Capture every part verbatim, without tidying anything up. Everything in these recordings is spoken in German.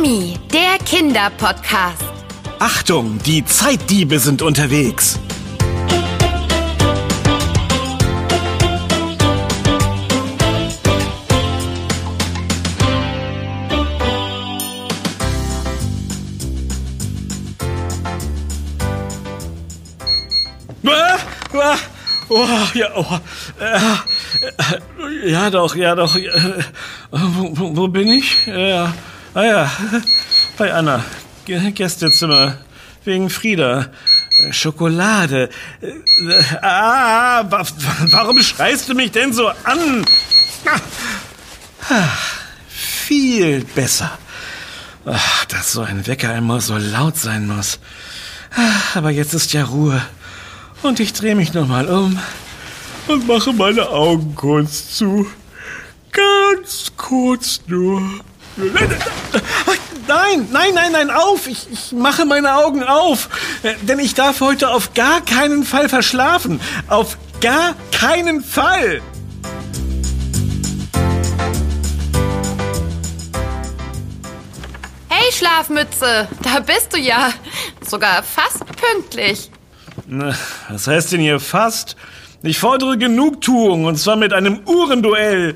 Mimi, der Kinderpodcast. Achtung, die Zeitdiebe sind unterwegs. Oh, ja, oh, äh, ja doch, ja doch. Äh, wo, wo bin ich? Ja, ah ja, bei Anna, G- Gästezimmer, wegen Frieda. Schokolade. Äh, ah, wa- warum schreist du mich denn so an? Ah, viel besser. Ach, dass so ein Wecker immer so laut sein muss. Ah, aber jetzt ist ja Ruhe. Und ich drehe mich nochmal um und mache meine Augen kurz zu. Ganz kurz nur. Nein, nein, nein, nein, auf! Ich, ich mache meine Augen auf. Denn ich darf heute auf gar keinen Fall verschlafen. Auf gar keinen Fall! Hey Schlafmütze, da bist du ja. Sogar fast pünktlich. Was heißt denn hier fast? Ich fordere Genugtuung, und zwar mit einem Uhrenduell.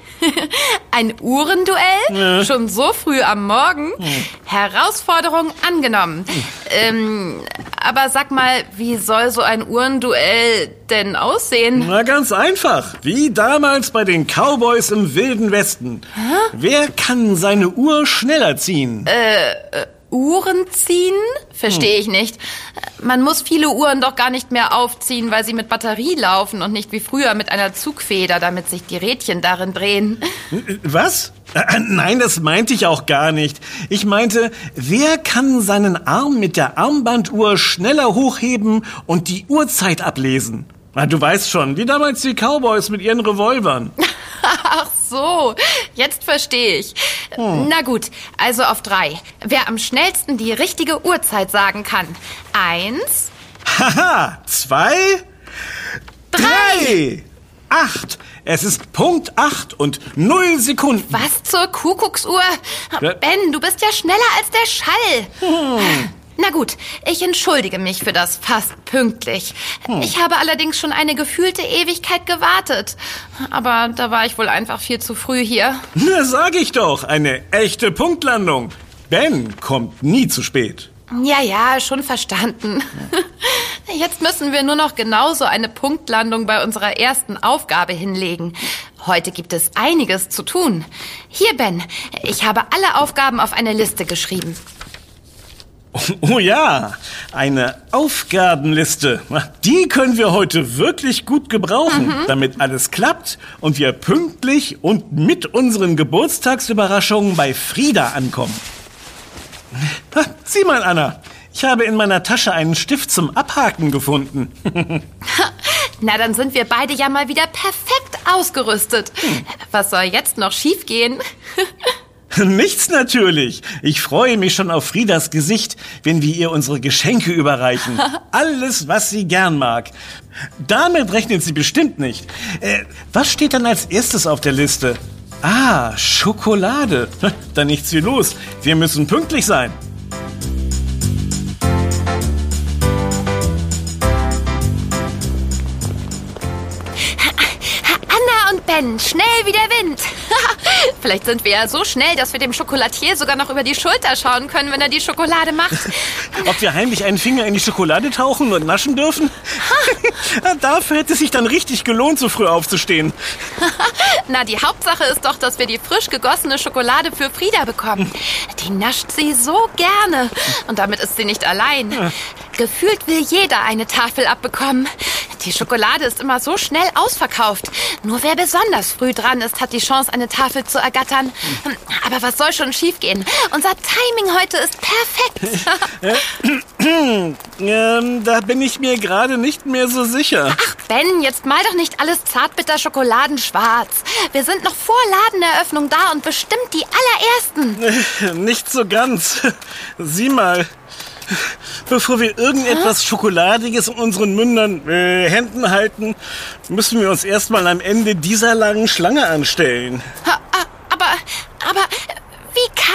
Ein Uhrenduell? Ja. Schon so früh am Morgen? Hm. Herausforderung angenommen. Hm. Ähm, aber sag mal, wie soll so ein Uhrenduell denn aussehen? Na, ganz einfach. Wie damals bei den Cowboys im Wilden Westen. Hä? Wer kann seine Uhr schneller ziehen? Äh, äh Uhren ziehen? Verstehe ich nicht. Man muss viele Uhren doch gar nicht mehr aufziehen, weil sie mit Batterie laufen und nicht wie früher mit einer Zugfeder, damit sich die Rädchen darin drehen. Was? Äh, nein, das meinte ich auch gar nicht. Ich meinte, wer kann seinen Arm mit der Armbanduhr schneller hochheben und die Uhrzeit ablesen? Na, du weißt schon, wie damals die Cowboys mit ihren Revolvern. Ach so, jetzt verstehe ich. Hm. Na gut, also auf drei. Wer am schnellsten die richtige Uhrzeit sagen kann. Eins. Haha, zwei. Drei. drei. Acht. Es ist Punkt acht und null Sekunden. Was zur Kuckucksuhr? Ja. Ben, du bist ja schneller als der Schall. Hm. Na gut, ich entschuldige mich für das fast pünktlich. Hm. Ich habe allerdings schon eine gefühlte Ewigkeit gewartet. Aber da war ich wohl einfach viel zu früh hier. Na, sag ich doch, eine echte Punktlandung. Ben kommt nie zu spät. Ja, ja, schon verstanden. Jetzt müssen wir nur noch genauso eine Punktlandung bei unserer ersten Aufgabe hinlegen. Heute gibt es einiges zu tun. Hier, Ben, ich habe alle Aufgaben auf eine Liste geschrieben. Oh ja, eine Aufgabenliste. Die können wir heute wirklich gut gebrauchen, mhm. damit alles klappt und wir pünktlich und mit unseren Geburtstagsüberraschungen bei Frieda ankommen. Sieh mal, Anna, ich habe in meiner Tasche einen Stift zum Abhaken gefunden. Na, dann sind wir beide ja mal wieder perfekt ausgerüstet. Hm. Was soll jetzt noch schiefgehen? Nichts natürlich. Ich freue mich schon auf Friedas Gesicht, wenn wir ihr unsere Geschenke überreichen. Alles, was sie gern mag. Damit rechnet sie bestimmt nicht. Äh, was steht dann als erstes auf der Liste? Ah, Schokolade. Dann nichts wie los. Wir müssen pünktlich sein. Ben, schnell wie der Wind. Vielleicht sind wir ja so schnell, dass wir dem Schokolatier sogar noch über die Schulter schauen können, wenn er die Schokolade macht. Ob wir heimlich einen Finger in die Schokolade tauchen und naschen dürfen? Dafür hätte es sich dann richtig gelohnt, so früh aufzustehen. Na, die Hauptsache ist doch, dass wir die frisch gegossene Schokolade für Frieda bekommen. Die nascht sie so gerne. Und damit ist sie nicht allein. Ja. Gefühlt will jeder eine Tafel abbekommen. Die Schokolade ist immer so schnell ausverkauft. Nur wer besonders früh dran ist, hat die Chance, eine Tafel zu ergattern. Aber was soll schon schiefgehen? Unser Timing heute ist perfekt. ähm, da bin ich mir gerade nicht mehr so sicher. Ach, Ben, jetzt mal doch nicht alles zartbitter schokoladenschwarz. Wir sind noch vor Ladeneröffnung da und bestimmt die allerersten. Nicht so ganz. Sieh mal. Bevor wir irgendetwas Hä? Schokoladiges in unseren Mündern, äh, Händen halten, müssen wir uns erstmal am Ende dieser langen Schlange anstellen. Aber, aber, wie kann das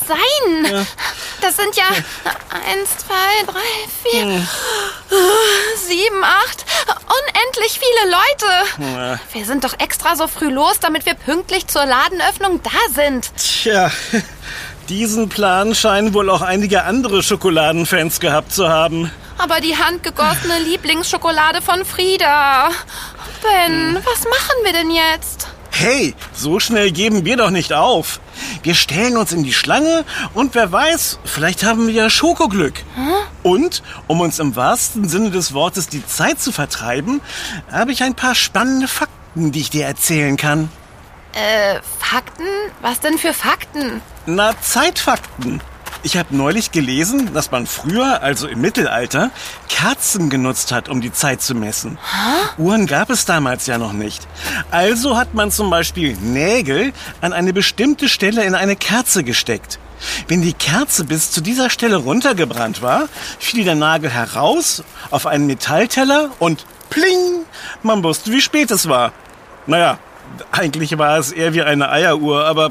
sein? Ja. Das sind ja eins, zwei, drei, vier, hm. sieben, acht, unendlich viele Leute. Ja. Wir sind doch extra so früh los, damit wir pünktlich zur Ladenöffnung da sind. Tja, diesen Plan scheinen wohl auch einige andere Schokoladenfans gehabt zu haben. Aber die handgegossene Lieblingsschokolade von Frieda. Ben, hm. was machen wir denn jetzt? Hey, so schnell geben wir doch nicht auf. Wir stellen uns in die Schlange und wer weiß, vielleicht haben wir ja Schokoglück. Hm? Und, um uns im wahrsten Sinne des Wortes die Zeit zu vertreiben, habe ich ein paar spannende Fakten, die ich dir erzählen kann. Äh, Fakten? Was denn für Fakten? Na, Zeitfakten. Ich habe neulich gelesen, dass man früher, also im Mittelalter, Kerzen genutzt hat, um die Zeit zu messen. Hä? Uhren gab es damals ja noch nicht. Also hat man zum Beispiel Nägel an eine bestimmte Stelle in eine Kerze gesteckt. Wenn die Kerze bis zu dieser Stelle runtergebrannt war, fiel der Nagel heraus auf einen Metallteller und pling, man wusste, wie spät es war. Naja, eigentlich war es eher wie eine Eieruhr, aber...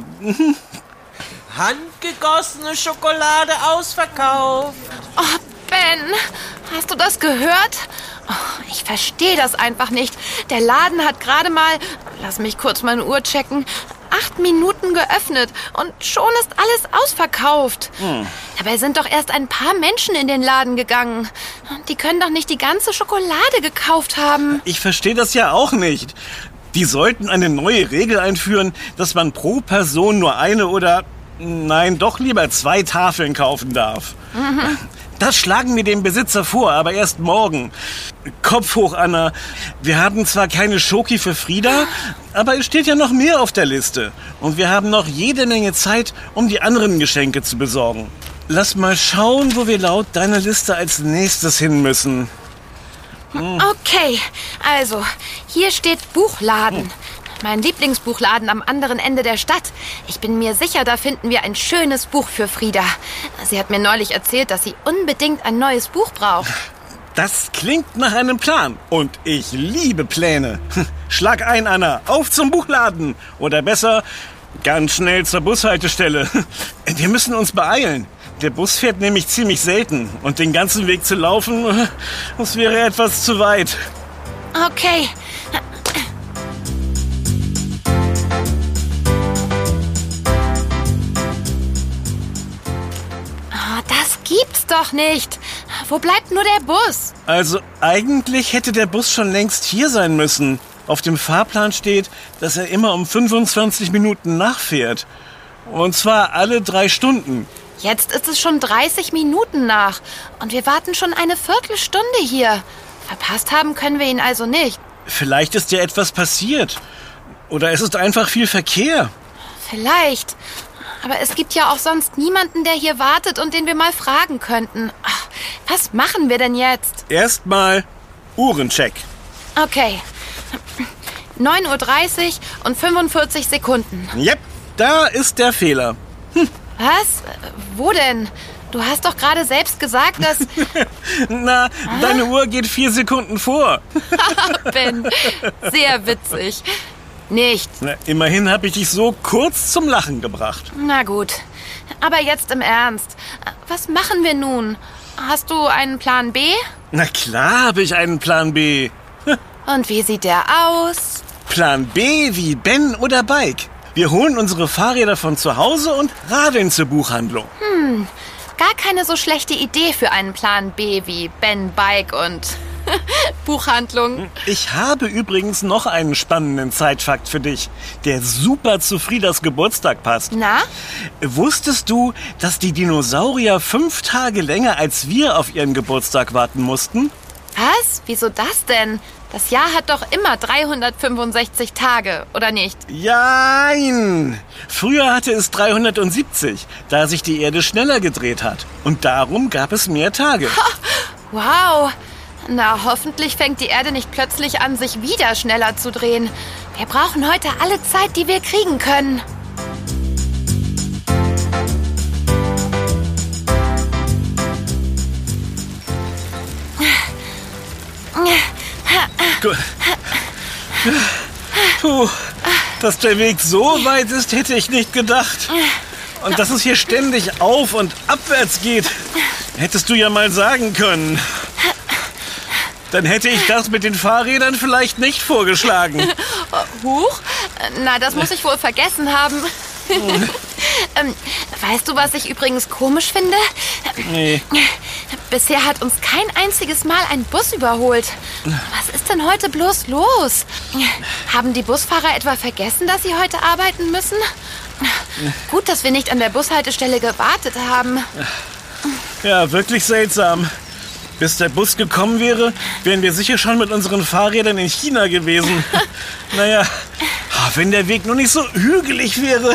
Handgegossene Schokolade ausverkauft. Oh, Ben, hast du das gehört? Oh, ich verstehe das einfach nicht. Der Laden hat gerade mal, lass mich kurz meine Uhr checken, acht Minuten geöffnet und schon ist alles ausverkauft. Hm. Dabei sind doch erst ein paar Menschen in den Laden gegangen. Die können doch nicht die ganze Schokolade gekauft haben. Ich verstehe das ja auch nicht. Die sollten eine neue Regel einführen, dass man pro Person nur eine oder... Nein, doch lieber zwei Tafeln kaufen darf. Mhm. Das schlagen wir dem Besitzer vor, aber erst morgen. Kopf hoch, Anna. Wir haben zwar keine Schoki für Frieda, aber es steht ja noch mehr auf der Liste. Und wir haben noch jede Menge Zeit, um die anderen Geschenke zu besorgen. Lass mal schauen, wo wir laut deiner Liste als nächstes hin müssen. Hm. Okay, also, hier steht Buchladen. Hm. Mein Lieblingsbuchladen am anderen Ende der Stadt. Ich bin mir sicher, da finden wir ein schönes Buch für Frieda. Sie hat mir neulich erzählt, dass sie unbedingt ein neues Buch braucht. Das klingt nach einem Plan. Und ich liebe Pläne. Schlag ein, Anna. Auf zum Buchladen. Oder besser, ganz schnell zur Bushaltestelle. Wir müssen uns beeilen. Der Bus fährt nämlich ziemlich selten. Und den ganzen Weg zu laufen, das wäre etwas zu weit. Okay. Gibt's doch nicht. Wo bleibt nur der Bus? Also eigentlich hätte der Bus schon längst hier sein müssen. Auf dem Fahrplan steht, dass er immer um fünfundzwanzig Minuten nachfährt. Und zwar alle drei Stunden. Jetzt ist es schon dreißig Minuten nach. Und wir warten schon eine Viertelstunde hier. Verpasst haben können wir ihn also nicht. Vielleicht ist ja etwas passiert. Oder es ist einfach viel Verkehr. Vielleicht. Aber es gibt ja auch sonst niemanden, der hier wartet und den wir mal fragen könnten. Ach, was machen wir denn jetzt? Erstmal Uhrencheck. Okay. neun Uhr dreißig und fünfundvierzig Sekunden. Yep, da ist der Fehler. Hm. Was? Wo denn? Du hast doch gerade selbst gesagt, dass... Na, ah? Deine Uhr geht vier Sekunden vor. Ben, sehr witzig. Nicht. Na, immerhin habe ich dich so kurz zum Lachen gebracht. Na gut, aber jetzt im Ernst. Was machen wir nun? Hast du einen Plan B? Na klar habe ich einen Plan B. Und wie sieht der aus? Plan B wie Ben oder Bike. Wir holen unsere Fahrräder von zu Hause und radeln zur Buchhandlung. Hm, gar keine so schlechte Idee für einen Plan B wie Ben, Bike und... Buchhandlung. Ich habe übrigens noch einen spannenden Zeitfakt für dich, der super zu Friedas Geburtstag passt. Na? Wusstest du, dass die Dinosaurier fünf Tage länger als wir auf ihren Geburtstag warten mussten? Was? Wieso das denn? Das Jahr hat doch immer dreihundertfünfundsechzig Tage, oder nicht? Jein! Früher hatte es dreihundertsiebzig, da sich die Erde schneller gedreht hat. Und darum gab es mehr Tage. Wow! Na, hoffentlich fängt die Erde nicht plötzlich an, sich wieder schneller zu drehen. Wir brauchen heute alle Zeit, die wir kriegen können. Puh, dass der Weg so weit ist, hätte ich nicht gedacht. Und dass es hier ständig auf- und abwärts geht, hättest du ja mal sagen können. Dann hätte ich das mit den Fahrrädern vielleicht nicht vorgeschlagen. Huch? Na, das muss ich wohl vergessen haben. ähm, weißt du, was ich übrigens komisch finde? Nee. Bisher hat uns kein einziges Mal ein Bus überholt. Was ist denn heute bloß los? Haben die Busfahrer etwa vergessen, dass sie heute arbeiten müssen? Gut, dass wir nicht an der Bushaltestelle gewartet haben. Ja, wirklich seltsam. Bis der Bus gekommen wäre, wären wir sicher schon mit unseren Fahrrädern in China gewesen. Naja, wenn der Weg nur nicht so hügelig wäre.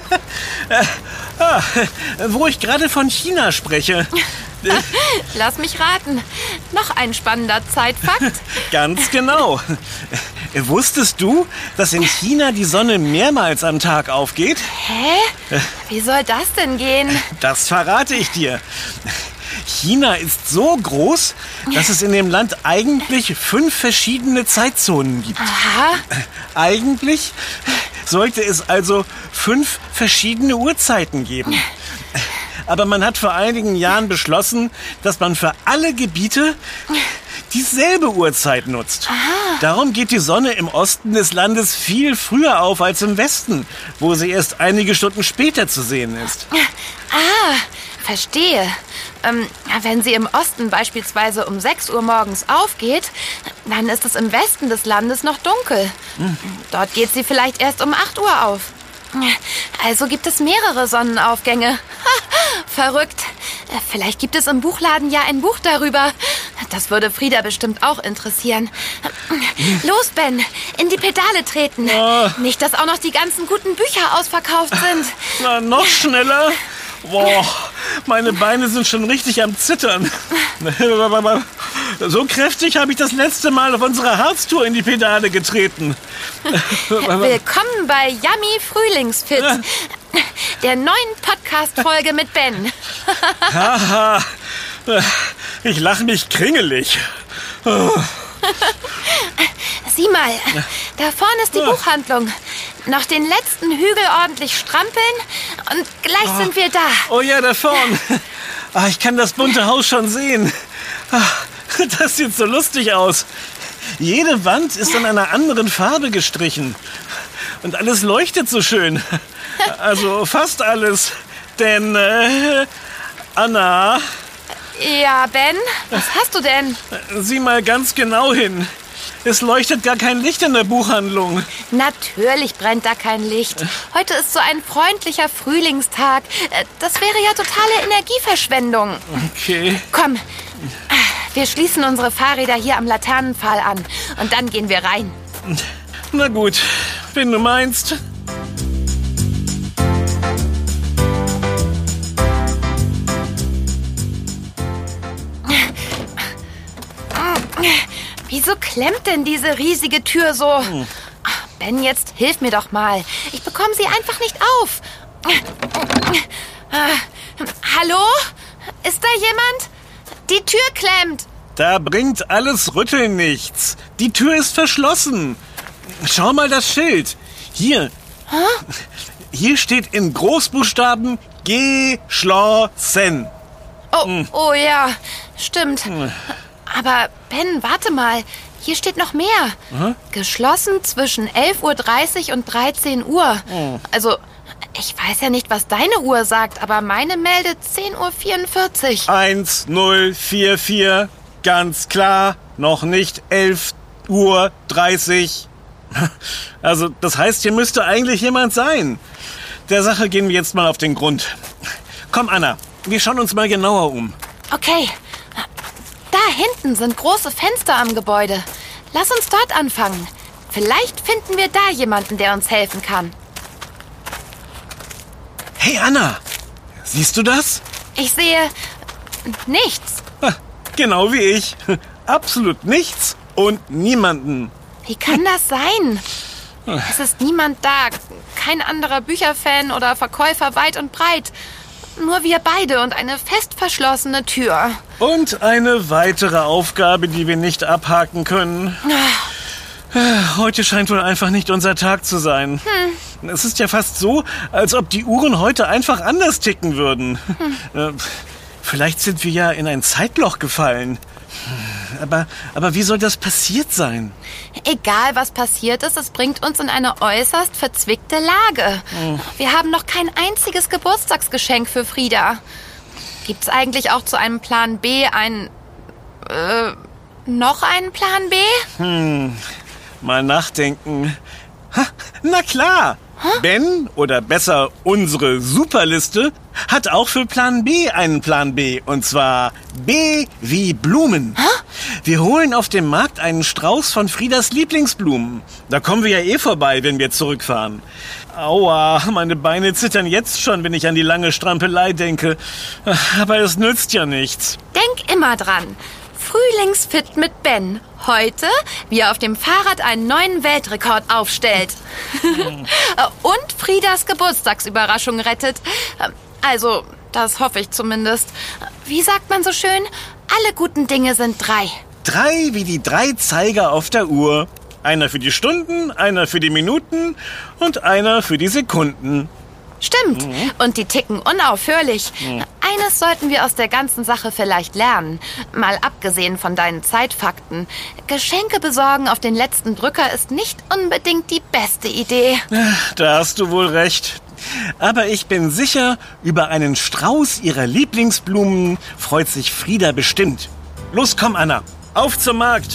ah, wo ich gerade von China spreche. Lass mich raten. Noch ein spannender Zeitfakt. Ganz genau. Wusstest du, dass in China die Sonne mehrmals am Tag aufgeht? Hä? Wie soll das denn gehen? Das verrate ich dir. China ist so groß, dass es in dem Land eigentlich fünf verschiedene Zeitzonen gibt. Aha. Eigentlich sollte es also fünf verschiedene Uhrzeiten geben. Aber man hat vor einigen Jahren beschlossen, dass man für alle Gebiete dieselbe Uhrzeit nutzt. Aha. Darum geht die Sonne im Osten des Landes viel früher auf als im Westen, wo sie erst einige Stunden später zu sehen ist. Ah, verstehe. Ähm, wenn sie im Osten beispielsweise um sechs Uhr morgens aufgeht, dann ist es im Westen des Landes noch dunkel. Hm. Dort geht sie vielleicht erst um acht Uhr auf. Also gibt es mehrere Sonnenaufgänge. Verrückt. Vielleicht gibt es im Buchladen ja ein Buch darüber. Das würde Frieda bestimmt auch interessieren. Los, Ben, in die Pedale treten. Oh. Nicht, dass auch noch die ganzen guten Bücher ausverkauft sind. Na, noch schneller. Boah, meine Beine sind schon richtig am Zittern. So kräftig habe ich das letzte Mal auf unserer Harztour in die Pedale getreten. Willkommen bei Yummy Frühlingsfit, der neuen Podcast-Folge mit Ben. Haha, ich lache mich kringelig. Sieh mal, da vorne ist die Buchhandlung. Noch den letzten Hügel ordentlich strampeln und gleich oh. sind wir da. Oh ja, da vorne. Ah, ich kann das bunte Haus schon sehen. Ah, das sieht so lustig aus. Jede Wand ist in einer anderen Farbe gestrichen. Und alles leuchtet so schön. Also fast alles. Denn, äh, Anna... Ja, Ben, was hast du denn? Sieh mal ganz genau hin. Es leuchtet gar kein Licht in der Buchhandlung. Natürlich brennt da kein Licht. Heute ist so ein freundlicher Frühlingstag. Das wäre ja totale Energieverschwendung. Okay. Komm, wir schließen unsere Fahrräder hier am Laternenpfahl an. Und dann gehen wir rein. Na gut, wenn du meinst. Wieso klemmt denn diese riesige Tür so? Hm. Ben, jetzt hilf mir doch mal. Ich bekomme sie einfach nicht auf. Äh, hallo? Ist da jemand? Die Tür klemmt. Da bringt alles Rütteln nichts. Die Tür ist verschlossen. Schau mal das Schild. Hier. Hä? Hier steht in Großbuchstaben geschlossen. Oh, hm. oh ja, stimmt. Hm. Aber Ben, warte mal. Hier steht noch mehr. Aha. Geschlossen zwischen elf Uhr dreißig und dreizehn Uhr. Oh. Also, ich weiß ja nicht, was deine Uhr sagt, aber meine meldet zehn Uhr vierundvierzig. eins null vier vier, ganz klar. Noch nicht elf Uhr dreißig. Also, das heißt, hier müsste eigentlich jemand sein. Der Sache gehen wir jetzt mal auf den Grund. Komm, Anna, wir schauen uns mal genauer um. Okay. Da hinten sind große Fenster am Gebäude. Lass uns dort anfangen. Vielleicht finden wir da jemanden, der uns helfen kann. Hey Anna, siehst du das? Ich sehe nichts. Genau wie ich. Absolut nichts und niemanden. Wie kann das sein? Es ist niemand da. Kein anderer Bücherfan oder Verkäufer weit und breit. Nur wir beide und eine fest verschlossene Tür. Und eine weitere Aufgabe, die wir nicht abhaken können. Heute scheint wohl einfach nicht unser Tag zu sein. Hm, Es ist ja fast so, als ob die Uhren heute einfach anders ticken würden. Hm. Äh, vielleicht sind wir ja in ein Zeitloch gefallen. Aber, aber wie soll das passiert sein? Egal, was passiert ist, es bringt uns in eine äußerst verzwickte Lage. Hm. Wir haben noch kein einziges Geburtstagsgeschenk für Frida. Gibt's eigentlich auch zu einem Plan B ein... Äh, noch einen Plan B? Hm, mal nachdenken. Ha, na klar. Hä? Ben, oder besser unsere Superliste, hat auch für Plan B einen Plan B. Und zwar B wie Blumen. Hä? Wir holen auf dem Markt einen Strauß von Friedas Lieblingsblumen. Da kommen wir ja eh vorbei, wenn wir zurückfahren. Aua, meine Beine zittern jetzt schon, wenn ich an die lange Strampelei denke. Aber es nützt ja nichts. Denk immer dran. Frühlingsfit mit Ben. Heute, wie er auf dem Fahrrad einen neuen Weltrekord aufstellt. Und Friedas Geburtstagsüberraschung rettet. Also, das hoffe ich zumindest. Wie sagt man so schön? Alle guten Dinge sind drei. Drei wie die drei Zeiger auf der Uhr. Einer für die Stunden, einer für die Minuten und einer für die Sekunden. Stimmt. Mhm. Und die ticken unaufhörlich. Mhm. Eines sollten wir aus der ganzen Sache vielleicht lernen. Mal abgesehen von deinen Zeitfakten. Geschenke besorgen auf den letzten Drücker ist nicht unbedingt die beste Idee. Da hast du wohl recht. Aber ich bin sicher, über einen Strauß ihrer Lieblingsblumen freut sich Frida bestimmt. Los, komm, Anna. Auf zum Markt.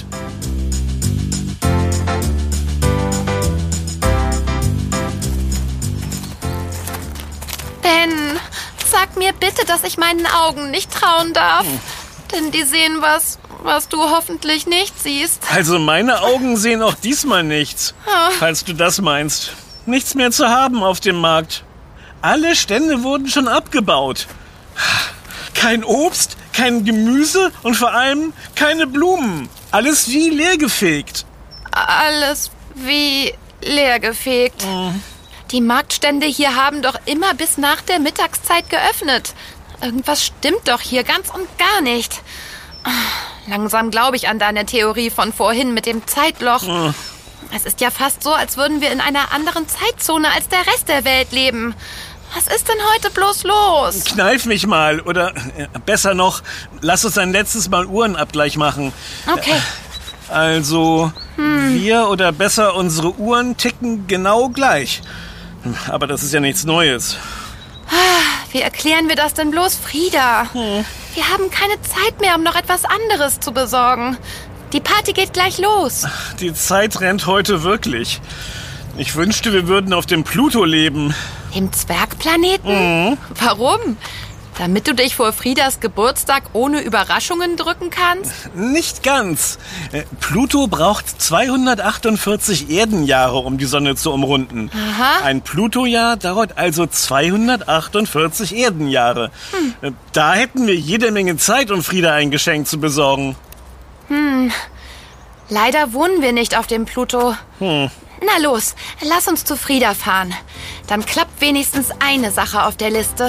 Ben, sag mir bitte, dass ich meinen Augen nicht trauen darf. Hm. Denn die sehen was, was du hoffentlich nicht siehst. Also meine Augen sehen auch diesmal nichts, oh. Falls du das meinst. Nichts mehr zu haben auf dem Markt. Alle Stände wurden schon abgebaut. Kein Obst, kein Gemüse und vor allem keine Blumen. Alles wie leergefegt. Alles wie leergefegt. Hm. Die Marktstände hier haben doch immer bis nach der Mittagszeit geöffnet. Irgendwas stimmt doch hier ganz und gar nicht. Langsam glaube ich an deine Theorie von vorhin mit dem Zeitloch. Hm. Es ist ja fast so, als würden wir in einer anderen Zeitzone als der Rest der Welt leben. Was ist denn heute bloß los? Kneif mich mal. Oder äh, besser noch, lass uns ein letztes Mal Uhrenabgleich machen. Okay. Also, hm. wir oder besser unsere Uhren ticken genau gleich. Aber das ist ja nichts Neues. Wie erklären wir das denn bloß Frida? Hm. Wir haben keine Zeit mehr, um noch etwas anderes zu besorgen. Die Party geht gleich los. Die Zeit rennt heute wirklich. Ich wünschte, wir würden auf dem Pluto leben. Dem Zwergplaneten? Mhm. Warum? Damit du dich vor Friedas Geburtstag ohne Überraschungen drücken kannst? Nicht ganz. Pluto braucht zweihundertachtundvierzig Erdenjahre, um die Sonne zu umrunden. Aha. Ein Plutojahr dauert also zweihundertachtundvierzig Erdenjahre. Hm. Da hätten wir jede Menge Zeit, um Frida ein Geschenk zu besorgen. Hm. Leider wohnen wir nicht auf dem Pluto. Hm. Na los, lass uns zu Frida fahren. Dann klappt wenigstens eine Sache auf der Liste.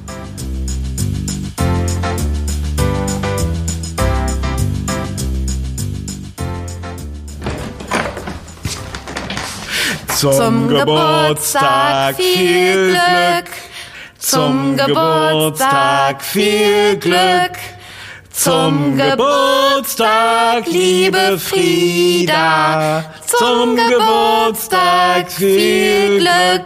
Zum, Zum Geburtstag viel Glück. Zum Geburtstag viel Glück. Zum Geburtstag, liebe Frida. Zum Geburtstag viel Glück.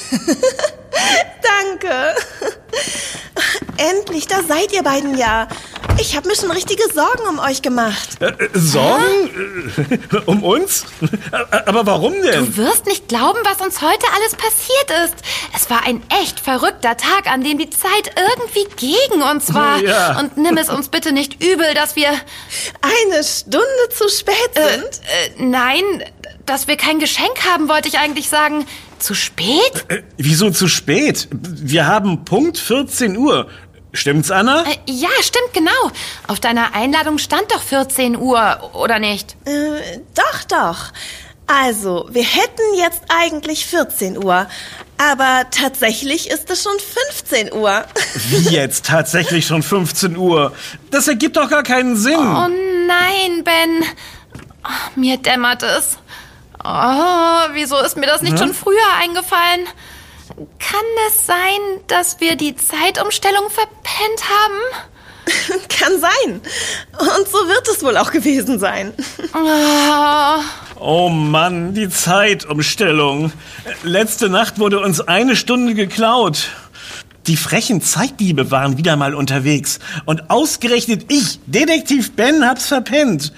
Danke. Endlich, da seid ihr beiden ja. Ich habe mir schon richtige Sorgen um euch gemacht. Äh, Sorgen? Hä? Um uns? Aber warum denn? Du wirst nicht glauben, was uns heute alles passiert ist. Es war ein echt verrückter Tag, an dem die Zeit irgendwie gegen uns war. Ja. Und nimm es uns bitte nicht übel, dass wir... Eine Stunde zu spät sind? Äh, äh, nein, dass wir kein Geschenk haben, wollte ich eigentlich sagen. Zu spät? Äh, wieso zu spät? Wir haben Punkt vierzehn Uhr. Stimmt's, Anna? Äh, ja, stimmt, genau. Auf deiner Einladung stand doch vierzehn Uhr, oder nicht? Äh, doch, doch. Also, wir hätten jetzt eigentlich vierzehn Uhr. Aber tatsächlich ist es schon fünfzehn Uhr. Wie jetzt? Tatsächlich schon fünfzehn Uhr? Das ergibt doch gar keinen Sinn. Oh nein, Ben. Oh, mir dämmert es. Oh, wieso ist mir das nicht Hm? schon früher eingefallen? Kann es sein, dass wir die Zeitumstellung verpennt haben? Kann sein. Und so wird es wohl auch gewesen sein. Oh. Oh Mann, die Zeitumstellung. Letzte Nacht wurde uns eine Stunde geklaut. Die frechen Zeitdiebe waren wieder mal unterwegs. Und ausgerechnet ich, Detektiv Ben, hab's verpennt.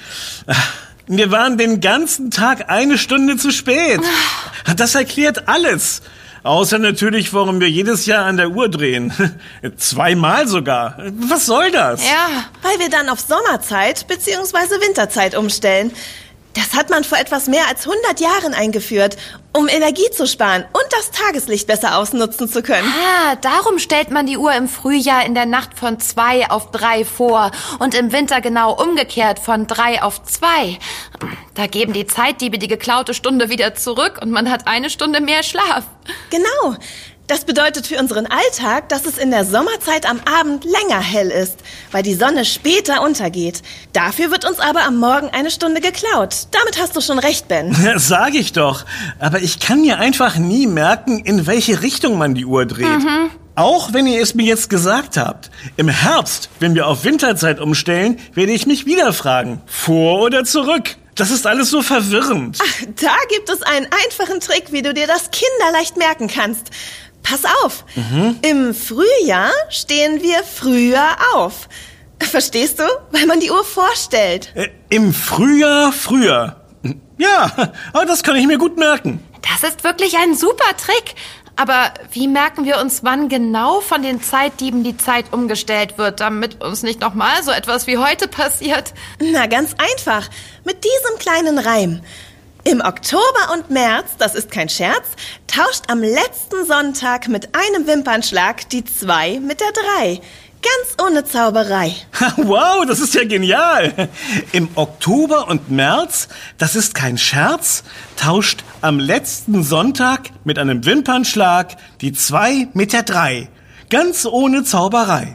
Wir waren den ganzen Tag eine Stunde zu spät. Das erklärt alles. Außer natürlich, warum wir jedes Jahr an der Uhr drehen. Zweimal sogar. Was soll das? Ja. Weil wir dann auf Sommerzeit bzw. Winterzeit umstellen. Das hat man vor etwas mehr als hundert Jahren eingeführt, um Energie zu sparen und das Tageslicht besser ausnutzen zu können. Ah, darum stellt man die Uhr im Frühjahr in der Nacht von zwei auf drei vor und im Winter genau umgekehrt von drei auf zwei. Da geben die Zeitdiebe die geklaute Stunde wieder zurück und man hat eine Stunde mehr Schlaf. Genau. Das bedeutet für unseren Alltag, dass es in der Sommerzeit am Abend länger hell ist, weil die Sonne später untergeht. Dafür wird uns aber am Morgen eine Stunde geklaut. Damit hast du schon recht, Ben. Sag ich doch. Aber ich kann mir einfach nie merken, in welche Richtung man die Uhr dreht. Mhm. Auch wenn ihr es mir jetzt gesagt habt. Im Herbst, wenn wir auf Winterzeit umstellen, werde ich mich wieder fragen, vor oder zurück. Das ist alles so verwirrend. Ach, da gibt es einen einfachen Trick, wie du dir das kinderleicht merken kannst. Pass auf, mhm. Im Frühjahr stehen wir früher auf. Verstehst du? Weil man die Uhr vorstellt. Äh, Im Frühjahr früher. Ja, aber das kann ich mir gut merken. Das ist wirklich ein super Trick. Aber wie merken wir uns, wann genau von den Zeitdieben die Zeit umgestellt wird, damit uns nicht nochmal so etwas wie heute passiert? Na, ganz einfach. Mit diesem kleinen Reim. Im Oktober und März, das ist kein Scherz, tauscht am letzten Sonntag mit einem Wimpernschlag die zwei mit der drei. Ganz ohne Zauberei. Wow, das ist ja genial. Im Oktober und März, das ist kein Scherz, tauscht am letzten Sonntag mit einem Wimpernschlag die zwei mit der drei. Ganz ohne Zauberei.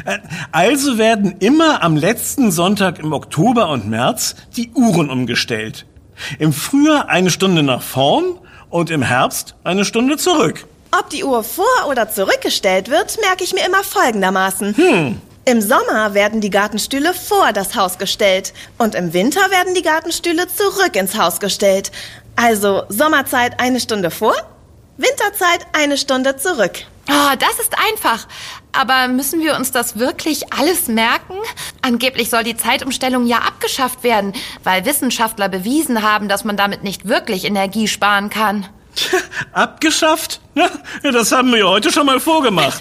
Also werden immer am letzten Sonntag im Oktober und März die Uhren umgestellt. Im Frühjahr eine Stunde nach vorn und im Herbst eine Stunde zurück. Ob die Uhr vor- oder zurückgestellt wird, merke ich mir immer folgendermaßen. Hm. Im Sommer werden die Gartenstühle vor das Haus gestellt und im Winter werden die Gartenstühle zurück ins Haus gestellt. Also Sommerzeit eine Stunde vor, Winterzeit eine Stunde zurück. Oh, das ist einfach. Aber müssen wir uns das wirklich alles merken? Angeblich soll die Zeitumstellung ja abgeschafft werden, weil Wissenschaftler bewiesen haben, dass man damit nicht wirklich Energie sparen kann. Abgeschafft? Ja, das haben wir heute schon mal vorgemacht.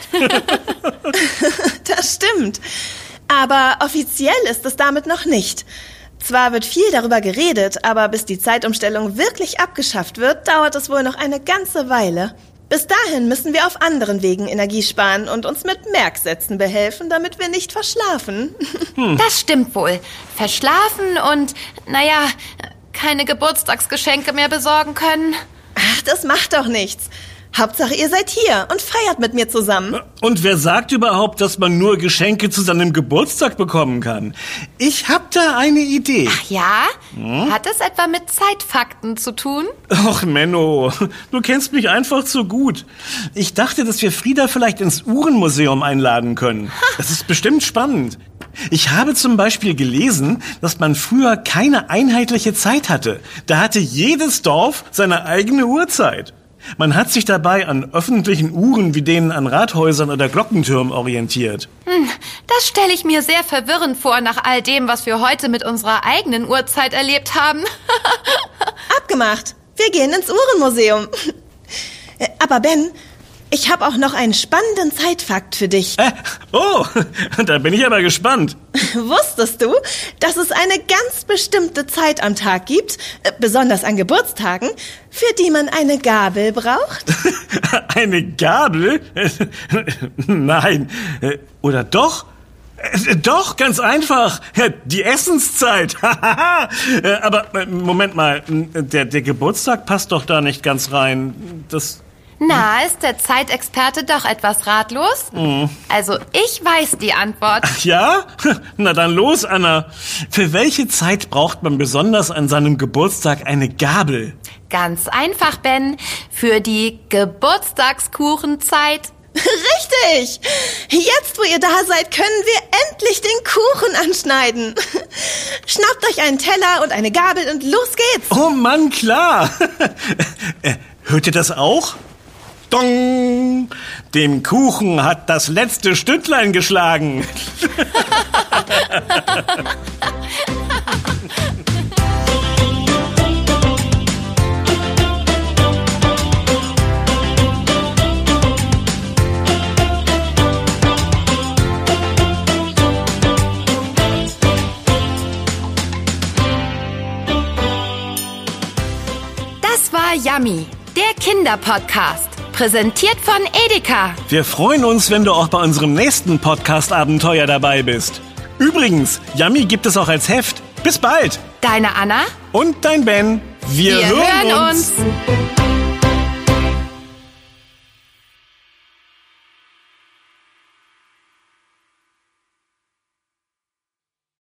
Das stimmt. Aber offiziell ist es damit noch nicht. Zwar wird viel darüber geredet, aber bis die Zeitumstellung wirklich abgeschafft wird, dauert es wohl noch eine ganze Weile. Bis dahin müssen wir auf anderen Wegen Energie sparen und uns mit Merksätzen behelfen, damit wir nicht verschlafen. Hm. Das stimmt wohl. Verschlafen und, naja, keine Geburtstagsgeschenke mehr besorgen können. Ach, das macht doch nichts. Hauptsache, ihr seid hier und feiert mit mir zusammen. Und wer sagt überhaupt, dass man nur Geschenke zu seinem Geburtstag bekommen kann? Ich hab da eine Idee. Ach ja? Hm? Hat es etwa mit Zeitfakten zu tun? Ach, Menno, du kennst mich einfach zu gut. Ich dachte, dass wir Frieda vielleicht ins Uhrenmuseum einladen können. Das ist bestimmt spannend. Ich habe zum Beispiel gelesen, dass man früher keine einheitliche Zeit hatte. Da hatte jedes Dorf seine eigene Uhrzeit. Man hat sich dabei an öffentlichen Uhren wie denen an Rathäusern oder Glockentürmen orientiert. Hm, das stelle ich mir sehr verwirrend vor nach all dem, was wir heute mit unserer eigenen Uhrzeit erlebt haben. Abgemacht. Wir gehen ins Uhrenmuseum. Aber Ben, ich habe auch noch einen spannenden Zeitfakt für dich. Äh, oh, da bin ich aber gespannt. Wusstest du, dass es eine ganz bestimmte Zeit am Tag gibt, besonders an Geburtstagen, für die man eine Gabel braucht? Eine Gabel? Nein. Oder doch? Doch, ganz einfach. Die Essenszeit. Aber Moment mal, der, der Geburtstag passt doch da nicht ganz rein. Das... Na, ist der Zeitexperte doch etwas ratlos? Mhm. Also, ich weiß die Antwort. Ach ja? Na dann los, Anna. Für welche Zeit braucht man besonders an seinem Geburtstag eine Gabel? Ganz einfach, Ben. Für die Geburtstagskuchenzeit. Richtig! Jetzt, wo ihr da seid, können wir endlich den Kuchen anschneiden. Schnappt euch einen Teller und eine Gabel und los geht's. Oh Mann, klar. äh, hört ihr das auch? Dong! Dem Kuchen hat das letzte Stündlein geschlagen. Das war Yummy, der Kinderpodcast. Präsentiert von Edeka. Wir freuen uns, wenn du auch bei unserem nächsten Podcast-Abenteuer dabei bist. Übrigens, Yummy gibt es auch als Heft. Bis bald. Deine Anna und dein Ben. Wir, Wir hören, hören uns. uns.